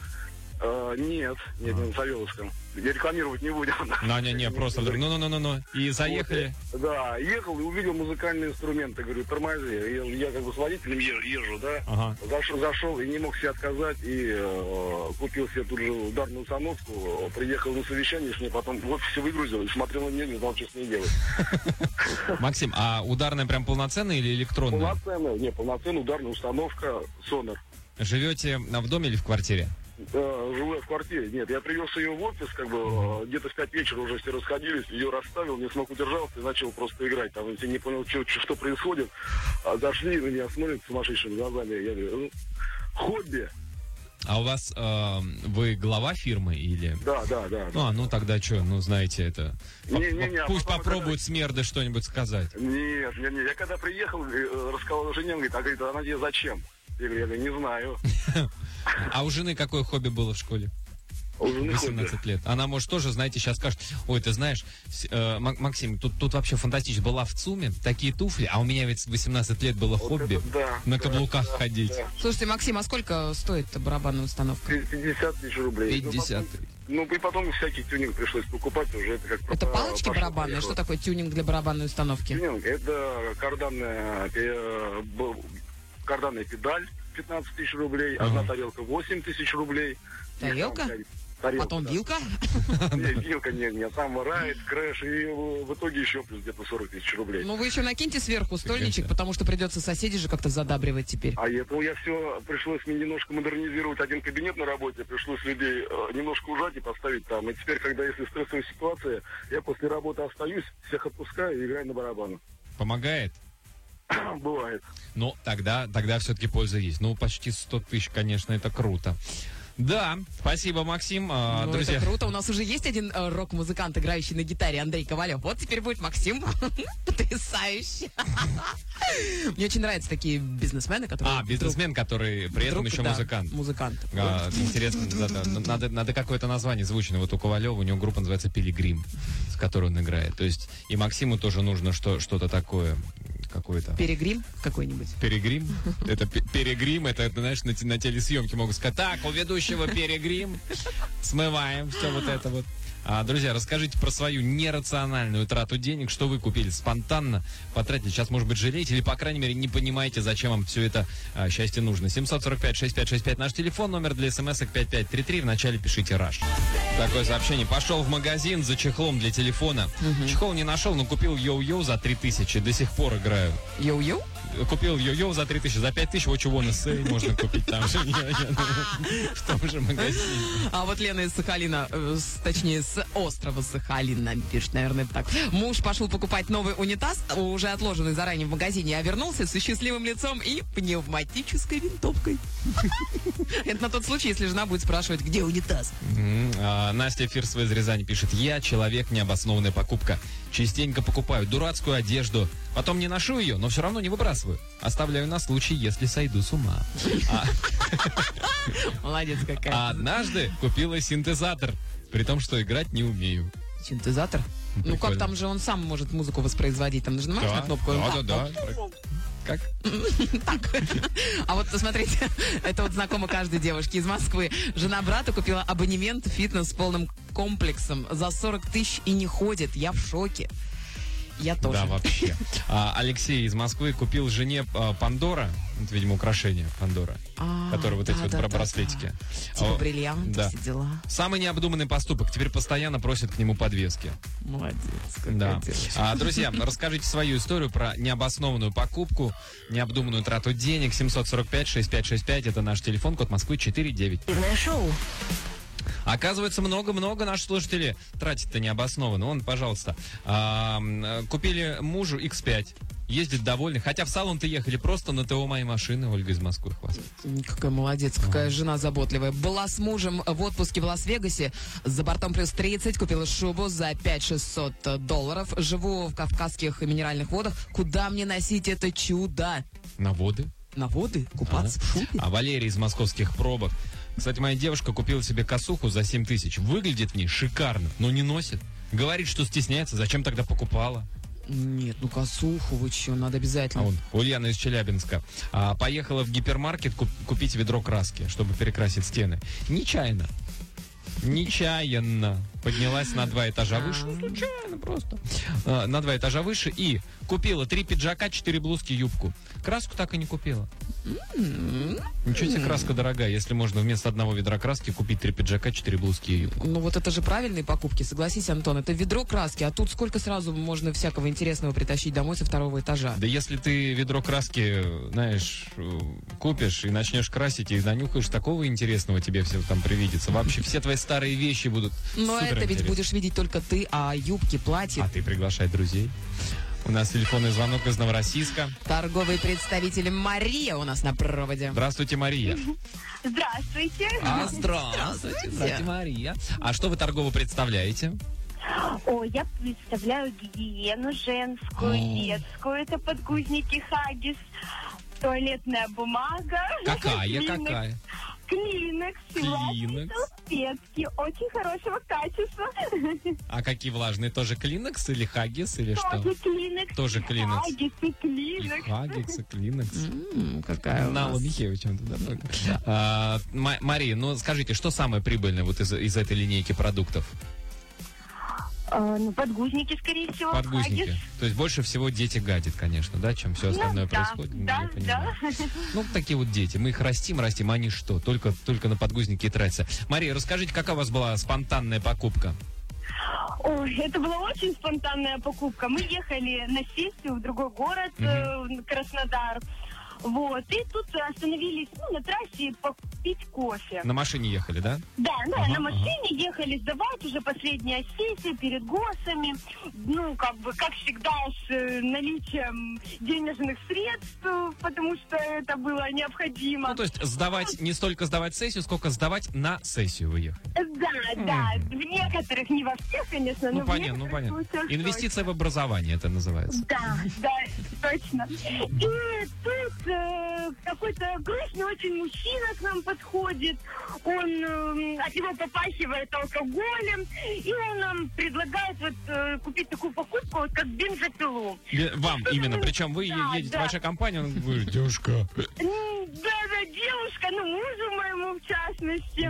Нет, не на Савеловском. Я рекламировать не будем. Не, просто вдруг. Ну. И заехали? Вот, да, ехал и увидел музыкальные инструменты. Говорю, тормози. Я как бы с водителем езжу, да. Ага. Зашел и не мог себе отказать. И купил себе тут же ударную установку. Приехал на совещание с ней, потом в офисе выгрузил и смотрел на меня, не знал, что с ней делать. Максим, а ударная прям полноценная или электронная? Полноценная ударная установка Sonar. Живете в доме или в квартире? Живу я в квартире. Нет, я привез ее в офис, как бы где-то в 5 вечера уже все расходились, ее расставил, не смог удержаться и начал просто играть. Там я не понял, что происходит. Зашли, на меня смотрят сумасшедшими глазами. Я говорю, хобби. А у вас вы глава фирмы или? Да. Ну тогда что, знаете, это... Пусть попробуют когда... смерды что-нибудь сказать. Нет. Я когда приехал, рассказал жене, он говорит, она тебе зачем? Я говорю, не знаю. А у жены какое хобби было в школе? 18 лет. Она, может, тоже, знаете, сейчас скажет: ой, ты знаешь, Максим, тут вообще фантастично. Была в ЦУМе, такие туфли, а у меня ведь с 18 лет было хобби на каблуках ходить. Слушайте, Максим, а сколько стоит барабанная установка? 50 тысяч рублей. 50 тысяч. И потом всякий тюнинг пришлось покупать уже. Это палочки барабанные? Что такое тюнинг для барабанной установки? Тюнинг — это карданная педаль 15 тысяч рублей, одна тарелка 8 тысяч рублей. Тарелка? Потом вилка? Нет, вилка нет, там райд, крэш, и в итоге еще плюс где-то 40 тысяч рублей. Вы еще накиньте сверху стольничек, потому что придется соседей же как-то задабривать теперь. А это я все, пришлось мне немножко модернизировать один кабинет на работе, пришлось людей немножко ужать и поставить там. И теперь, когда если стрессовая ситуация, я после работы остаюсь, всех отпускаю и играю на барабанах. Помогает? Бывает. Тогда все-таки польза есть. Почти 100 тысяч, конечно, это круто. Да, спасибо, Максим. Друзья. Это круто. У нас уже есть один рок-музыкант, играющий на гитаре, Андрей Ковалев. Вот теперь будет Максим. Потрясающе. Мне очень нравятся такие бизнесмены, которые... бизнесмен, который при этом еще музыкант. Музыкант. Интересно, надо какое-то название звучное. Вот у Ковалева, у него группа называется «Пилигрим», с которой он играет. То есть и Максиму тоже нужно что-то такое... какой-то. Перегрим какой-нибудь. Перегрим? Это перегрим, это, знаешь, на телесъемке могут сказать, так, у ведущего перегрим, смываем все вот это вот. Друзья, расскажите про свою нерациональную трату денег, что вы купили спонтанно, потратили. Сейчас, может быть, жалеете или, по крайней мере, не понимаете, зачем вам все это счастье нужно. 745-6565 наш телефон, номер для смс-ок 5533, вначале пишите «Раш». Такое сообщение. Пошел в магазин за чехлом для телефона. Чехол не нашел, но купил йоу-йоу за 3000. До сих пор играю. Йоу-йоу? Купил йоу-йоу за 3000. За 5000 вот чего на сей можно купить там же. В том же магазине. А вот Лена из Сахалина, точнее, с острова Сахалина, пишет, наверное, так. Муж пошел покупать новый унитаз, уже отложенный заранее в магазине, а вернулся с счастливым лицом и пневматической винтовкой. Это на тот случай, если жена будет спрашивать, где унитаз. Настя Фирсова из Рязани пишет: я человек, необоснованная покупка. Частенько покупаю дурацкую одежду, потом не ношу ее, но все равно не выбрасываю. Оставляю на случай, если сойду с ума. Молодец какая. Однажды купила синтезатор, при том, что играть не умею. Синтезатор? Ну как, там же он сам может музыку воспроизводить, там нажимаешь на кнопку. Да. Как? Так. А вот посмотрите, это вот знакомо каждой девушке из Москвы. Жена брата купила абонемент в фитнес с полным комплексом за 40 тысяч и не ходит. Я в шоке. Я тоже. Да, вообще. Алексей из Москвы купил жене Пандора, это, видимо, украшение Пандора, которые вот эти вот браслетики. Типа бриллианты, да. Все дела. Самый необдуманный поступок. Теперь постоянно просят к нему подвески. Молодец. Да. Друзья, расскажите свою историю про необоснованную покупку, необдуманную трату денег. 745-6565, это наш телефон, код Москвы 49. Шоу. Оказывается, много-много наши слушатели тратят-то необоснованно. Вон, пожалуйста, купили мужу X5. Ездит довольный. Хотя в салон-то ехали просто на ТО моей машины. Ольга из Москвы хвастается. Какая молодец, какая жена заботливая. Была с мужем в отпуске в Лас-Вегасе. За бортом плюс 30. Купила шубу за $500-600. Живу в Кавказских минеральных водах. Куда мне носить это чудо? На воды? На воды? Купаться в шубе? А Валерий из московских пробок. Кстати, моя девушка купила себе косуху за 7 тысяч. Выглядит в ней шикарно, но не носит. Говорит, что стесняется. Зачем тогда покупала? Нет, ну косуху вы что, надо обязательно. Ульяна из Челябинска. Поехала в гипермаркет купить ведро краски, чтобы перекрасить стены. Нечаянно поднялась на 2 этажа выше. Случайно просто. На 2 этажа выше и купила 3 пиджака, 4 блузки, юбку. Краску так и не купила. Ничего себе, краска дорогая, если можно вместо одного ведра краски купить 3 пиджака, 4 блузки и юбку. Ну вот это же правильные покупки, согласись, Антон. Это ведро краски, а тут сколько сразу можно всякого интересного притащить домой со 2-го этажа. Да если ты ведро краски, знаешь, купишь и начнешь красить, и нанюхаешь, такого интересного тебе все там привидится. Вообще все твои старые вещи будут Но это ведь будешь видеть только ты, а юбки, платья. А ты приглашай друзей. У нас телефонный звонок из Новороссийска. Торговый представитель Мария у нас на проводе. Здравствуйте, Мария. Здравствуйте. Здравствуйте, Мария. А что вы торгово представляете? Я представляю гигиену женскую, детскую. Это подгузники Хаггис, туалетная бумага. Какая? Клинекс, салфетки, очень хорошего качества. А какие влажные? Тоже Клинекс или Хаггис или что? Тоже Клинекс. Хаггис и Клинекс. Хаггис и Клинекс. Какая у нас. Алла Михеевича. Мария, ну скажите, что самое прибыльное вот из этой линейки продуктов? Подгузники, скорее всего. Подгузники. Хаггис. То есть больше всего дети гадят, конечно, да, чем все остальное происходит. Да. Ну, такие вот дети. Мы их растим, они что? Только на подгузники и тратятся. Мария, расскажите, какая у вас была спонтанная покупка? Это была очень спонтанная покупка. Мы ехали на сессию в другой город, Краснодар. Вот, и тут остановились, на трассе попить кофе. На машине ехали, да? Да, на машине ехали сдавать уже последняя сессия перед ГОСами. Как всегда, с наличием денежных средств, потому что это было необходимо. Ну, то есть не столько сдавать сессию, сколько сдавать на сессию вы ехали. Да. В некоторых, не во всех, конечно, но понятно. Инвестиция в образование это называется. Да, точно. И тут какой-то грустный очень мужчина к нам подходит, от него попахивает алкоголем, и он нам предлагает купить такую покупку, как бензопилу. Вам именно, причем вы едете, ваша компания, он говорит, девушка. Да, девушка, мужу моему в частности.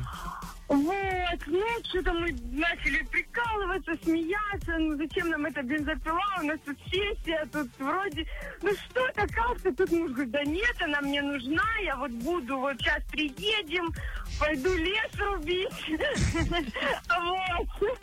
Вот, что-то мы начали прикалываться, смеяться, зачем нам эта бензопила, у нас тут сессия, тут вроде, что-то как-то, тут муж говорит, да нет, она мне нужна, я буду, сейчас приедем, пойду лес рубить, вот.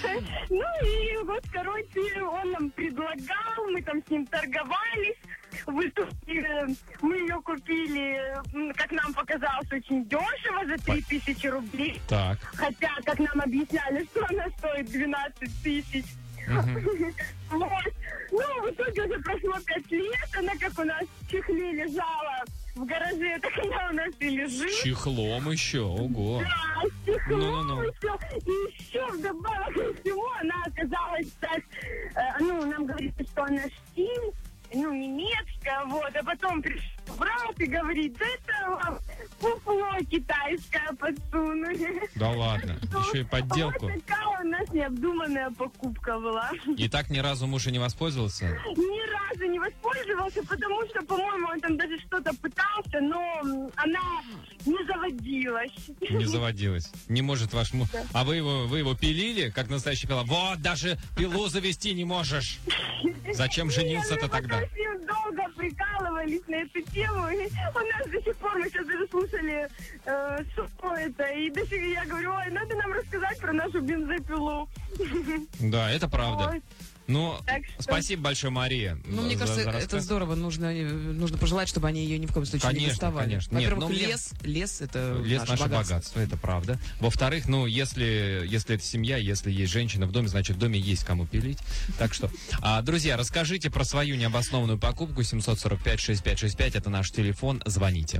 Короче, он нам предлагал, мы там с ним торговались, в итоге мы ее купили, как нам показалось, очень дешево, за 3000 рублей. Так. Хотя, как нам объясняли, что она стоит 12 тысяч. Вот. В итоге уже прошло 5 лет, она как у нас в чехле лежала в гараже, так она у нас и лежит. С чехлом еще, ого. Да, с чехлом еще. И еще вдобавок ко всему она оказалась так, нам говорит, что она штиль, немецкая, а потом пришел брат и говорит, это вам фуфло китайское подсунули. Да ладно, еще и подделку. Вот такая у нас необдуманная покупка была. И так ни разу муж и не воспользовался? Ни разу не воспользовался, потому что, по-моему, он там даже что-то пытался, но она не заводилась. Не заводилась. Не может ваш муж. Да. А вы его пилили, как настоящий пила? Вот, даже пилу завести не можешь. Зачем женился-то тогда? Мы с ним долго прикалывались на эту тему. И у нас до сих пор, мы сейчас даже слушали, что это. И до сих пор я говорю, надо нам рассказать про нашу бензопилу. Да, это правда. Вот. Спасибо большое, Мария. Мне кажется, это здорово. Нужно пожелать, чтобы они ее ни в коем случае не доставали. Конечно. Во-первых, лес это наше богатство, это правда. Во-вторых, если это семья, если есть женщина в доме, значит, в доме есть кому пилить. Так что, друзья, расскажите про свою необоснованную покупку. 745-6565, это наш телефон. Звоните.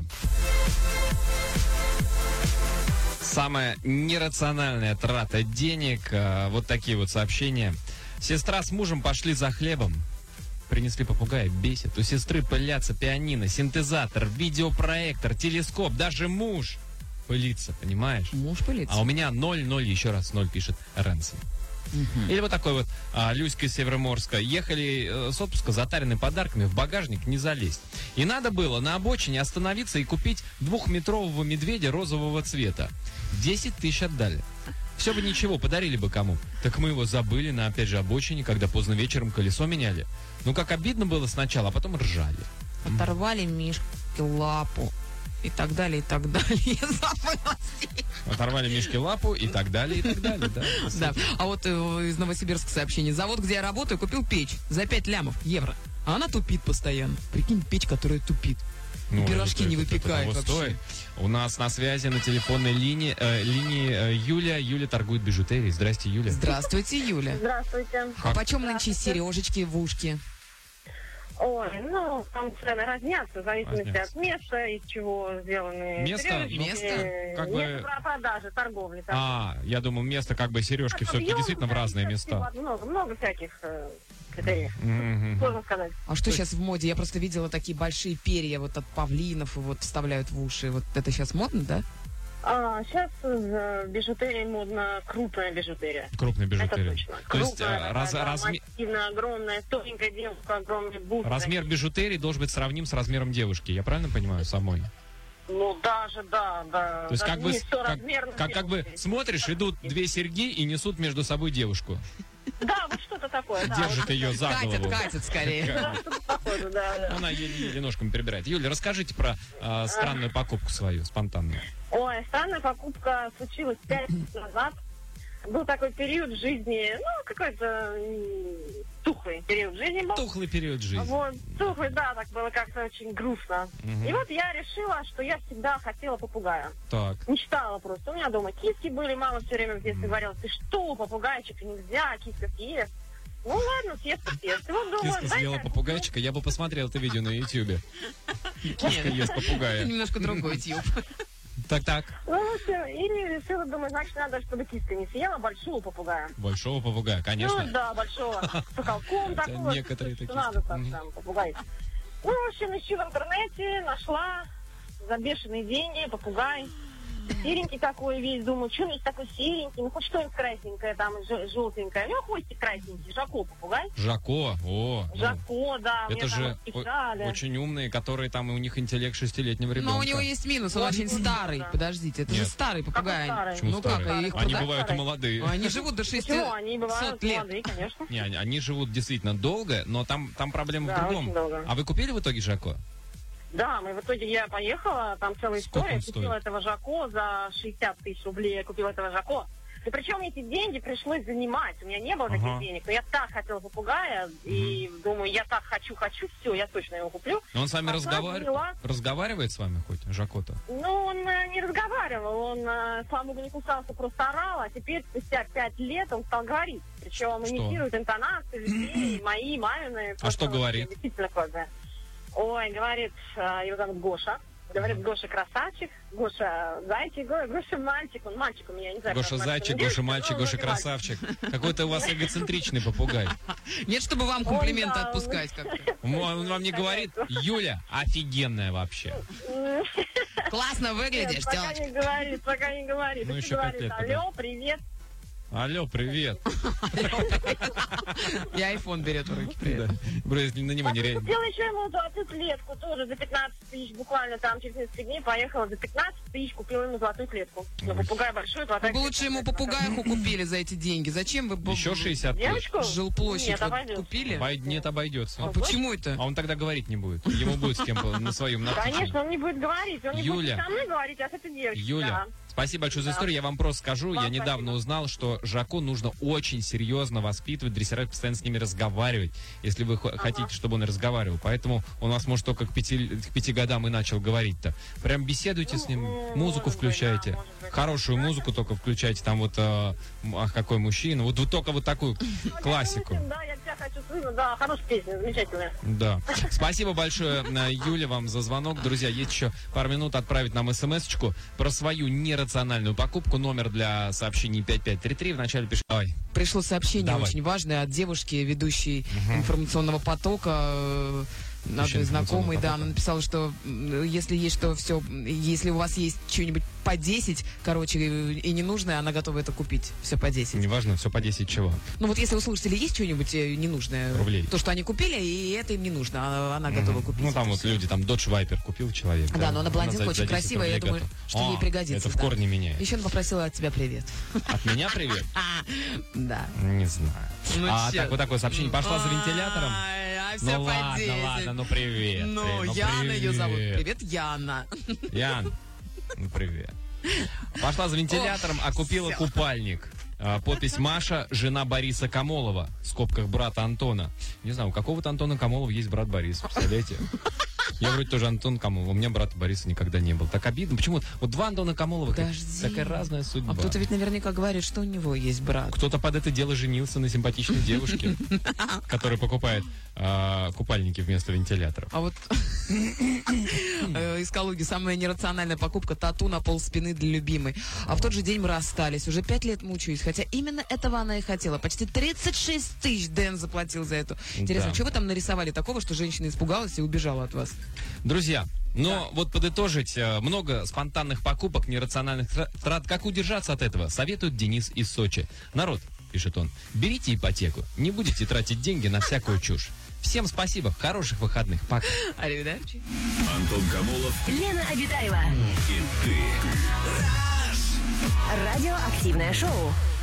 Самая нерациональная трата денег. Вот такие вот сообщения. Сестра с мужем пошли за хлебом. Принесли попугая, бесит. У сестры пылятся пианино, синтезатор, видеопроектор, телескоп. Даже муж пылится, понимаешь? Муж пылится. А у меня 0, еще раз 0 пишет Рэнсом. Или вот такой вот Люська из Североморска. Ехали с отпуска, затарены подарками, в багажник не залезть. И надо было на обочине остановиться и купить 2-метрового медведя розового цвета. 10 тысяч отдали. Все бы ничего, подарили бы кому. Так мы его забыли на, опять же, обочине, когда поздно вечером колесо меняли. Как обидно было сначала, а потом ржали. Оторвали Мишке лапу. И так далее, и так далее. Оторвали Мишке лапу, и так далее, да. Да. А вот из Новосибирска сообщение. Завод, где я работаю, купил печь за 5 лямов евро. А она тупит постоянно. Прикинь, печь, которая тупит. Пирожки не выпекает вообще. У нас на связи на телефонной линии Юля. Юля торгует бижутерией. Здрасте, Юля. Здравствуйте, Юля. Здравствуйте. А почем нынче сережечки в ушки? Ой, там цены разнятся, в зависимости от места, из чего сделаны сережки. Место продажи, торговли. Я думал, место сережки все-таки действительно в разные места. Много всяких критериев. Сложно сказать. А что сейчас в моде? Я просто видела такие большие перья от павлинов и вставляют в уши. Вот это сейчас модно, да? Сейчас в бижутерии модно крупная бижутерия. Крупная бижутерия. Это точно. То есть массивная, огромная, тоненькая девушка, огромный буст. Размер бижутерии должен быть сравним с размером девушки. Я правильно понимаю, самой? Даже, да. То есть как бы смотришь, идут 2 серьги и несут между собой девушку. Да, вот что-то такое. Держит ее за голову. Катит скорее. Она еле ножками перебирает. Юля, расскажите про странную покупку свою, спонтанную. Ой, странная покупка случилась 5 лет назад. Был такой период в жизни, какой-то тухлый. период жизни был. Тухлый период жизни. Вот, тухлый, да, так было как-то очень грустно. И вот я решила, что я всегда хотела попугая. Так. Мечтала просто. У меня дома киски были, мама все время в детстве говорила, ты что, попугайчика нельзя, киска съест. Ну ладно, съест. Вот думаю, Киска съела попугайчика, я бы посмотрел это видео на Ютьюбе. Киска ест попугая. Это немножко другой тип. Так. Ну, все, и решила, думаю, значит, надо, чтобы киска не съела большого попугая. Большого попугая, конечно. Ну, да, большого. С потолком такого. Некоторые такие. Надо там попугай. Ну, в общем, ищу в интернете, нашла за бешеные деньги попугай. Серенький такой весь, думаю, что есть такой серенький, ну хоть что-нибудь красненькое, там, желтенькое. Ну, хвостик красненький, Жако попугай. Жако, Жако, да. Это же очень умные, которые там, у них интеллект 6-летнего ребенка. Но у него есть минус, он очень старый. Да. Подождите, это же старый попугай. Почему старый? Они бывают и молодые. Они живут до 6 лет. Они бывают молодые, конечно. Не, они живут действительно долго, но там проблема в другом. А вы купили в итоге Жако? Да, в итоге я поехала, там целая история, купила этого Жако за 60 тысяч рублей, я купила этого Жако. И причем эти деньги пришлось занимать, у меня не было таких денег, но я так хотела попугая, и думаю, я так хочу, все, я точно его куплю. Но он с вами разговаривает с вами хоть, Жако-то? Ну, он не разговаривал, он, слава богу, не кусался, просто орал, а теперь спустя 5 лет он стал говорить. Причем он имитирует интонации людей, мои, мамины. А что говорит? Действительно классная. Ой, говорит, его зовут Гоша. Говорит, Гоша красавчик, Гоша зайчик, Гоша мальчик. Он мальчик у меня, не знаю. Гоша зайчик, Гоша мальчик, Гоша красавчик. Какой-то у вас эгоцентричный попугай. Нет, чтобы вам комплименты отпускать как-то. Он вам не говорит, Юля, офигенная вообще. Классно выглядишь, пока не говорит. Ну, еще 5 лет. Алло, привет. Алло, привет. И айфон берет в руки. Привет. На него не реально. Купила еще ему 20-клетку, тоже за 15 тысяч, буквально там через несколько дней поехала за 15 тысяч, купила ему золотую клетку. Но попугай большой, золотая клетка. Вы лучше ему попугайху купили за эти деньги. Зачем вы еще 60 тысяч? Жилплощадь купили? Нет, обойдется. А почему это? А он тогда говорить не будет. Ему будет с кем на своем наркотике. Конечно, он не будет говорить. Он не будет со мной говорить, а с этой девочкой. Юля. Спасибо большое за историю. Я вам просто скажу, я недавно узнал, что Жако нужно очень серьезно воспитывать, дрессировать, постоянно с ними разговаривать, если вы хотите, чтобы он разговаривал. Поэтому он у нас может только к 5 годам и начал говорить-то. Прям беседуйте с ним, музыку включайте. Хорошую музыку только включайте, там вот «Ах, какой мужчина». Вот только вот такую классику. Да, я тебя хочу слышать, да, хорошая песня, замечательная. Да. Спасибо большое, Юля, вам за звонок. Друзья, есть еще пару минут отправить нам смс-очку про свою нерациональную покупку. Номер для сообщений 5533. Вначале пиши. Давай. Пришло сообщение очень важное от девушки, ведущей информационного потока. Одной знакомой, да, она написала, что если есть что, все, если у вас есть что-нибудь по 10, короче, и ненужное, она готова это купить. Все по 10. Неважно, все по 10 чего. Ну вот если у слушателей есть что-нибудь ненужное, рублей, то, что они купили, и это им не нужно, она готова купить. Ну там вот люди, там Dodge Viper купил человек. Да, но она блондинка, очень красивая, я думаю, что ей пригодится. Это в корне меняет. Еще она попросила от тебя привет. От меня привет? Да. Не знаю. Так, вот такое сообщение. Пошла за вентилятором. Все ну по 10. Ладно, ну привет. Ну, Яна ее зовут. Привет, Яна. Ян, ну привет. Пошла за вентилятором, а купила купальник. Подпись Маша, жена Бориса Камолова. В скобках брата Антона. Не знаю, у какого-то Антона Камолова есть брат Борис. Представляете? Я вроде тоже Антон Камолов. У меня брата Бориса никогда не было. Так обидно. Почему? Вот два Антона Камолова. Такая разная судьба. А кто-то ведь наверняка говорит, что у него есть брат. Кто-то под это дело женился на симпатичной девушке, которая покупает купальники вместо вентиляторов. А вот из Калуги самая нерациональная покупка — тату на пол спины для любимой. А в тот же день мы расстались. Уже 5 лет мучаюсь. Хотя именно этого она и хотела. Почти 36 тысяч Дэн заплатил за это. Интересно, что вы там нарисовали такого, что женщина испугалась и убежала от вас? Друзья, но вот подытожить, много спонтанных покупок, нерациональных трат. Как удержаться от этого? Советует Денис из Сочи. Народ, пишет он, берите ипотеку, не будете тратить деньги на всякую чушь. Всем спасибо, хороших выходных, пока. Аривидерчи. Антон Камолов, Лена Обитаева. И ты. Радиоактивное шоу.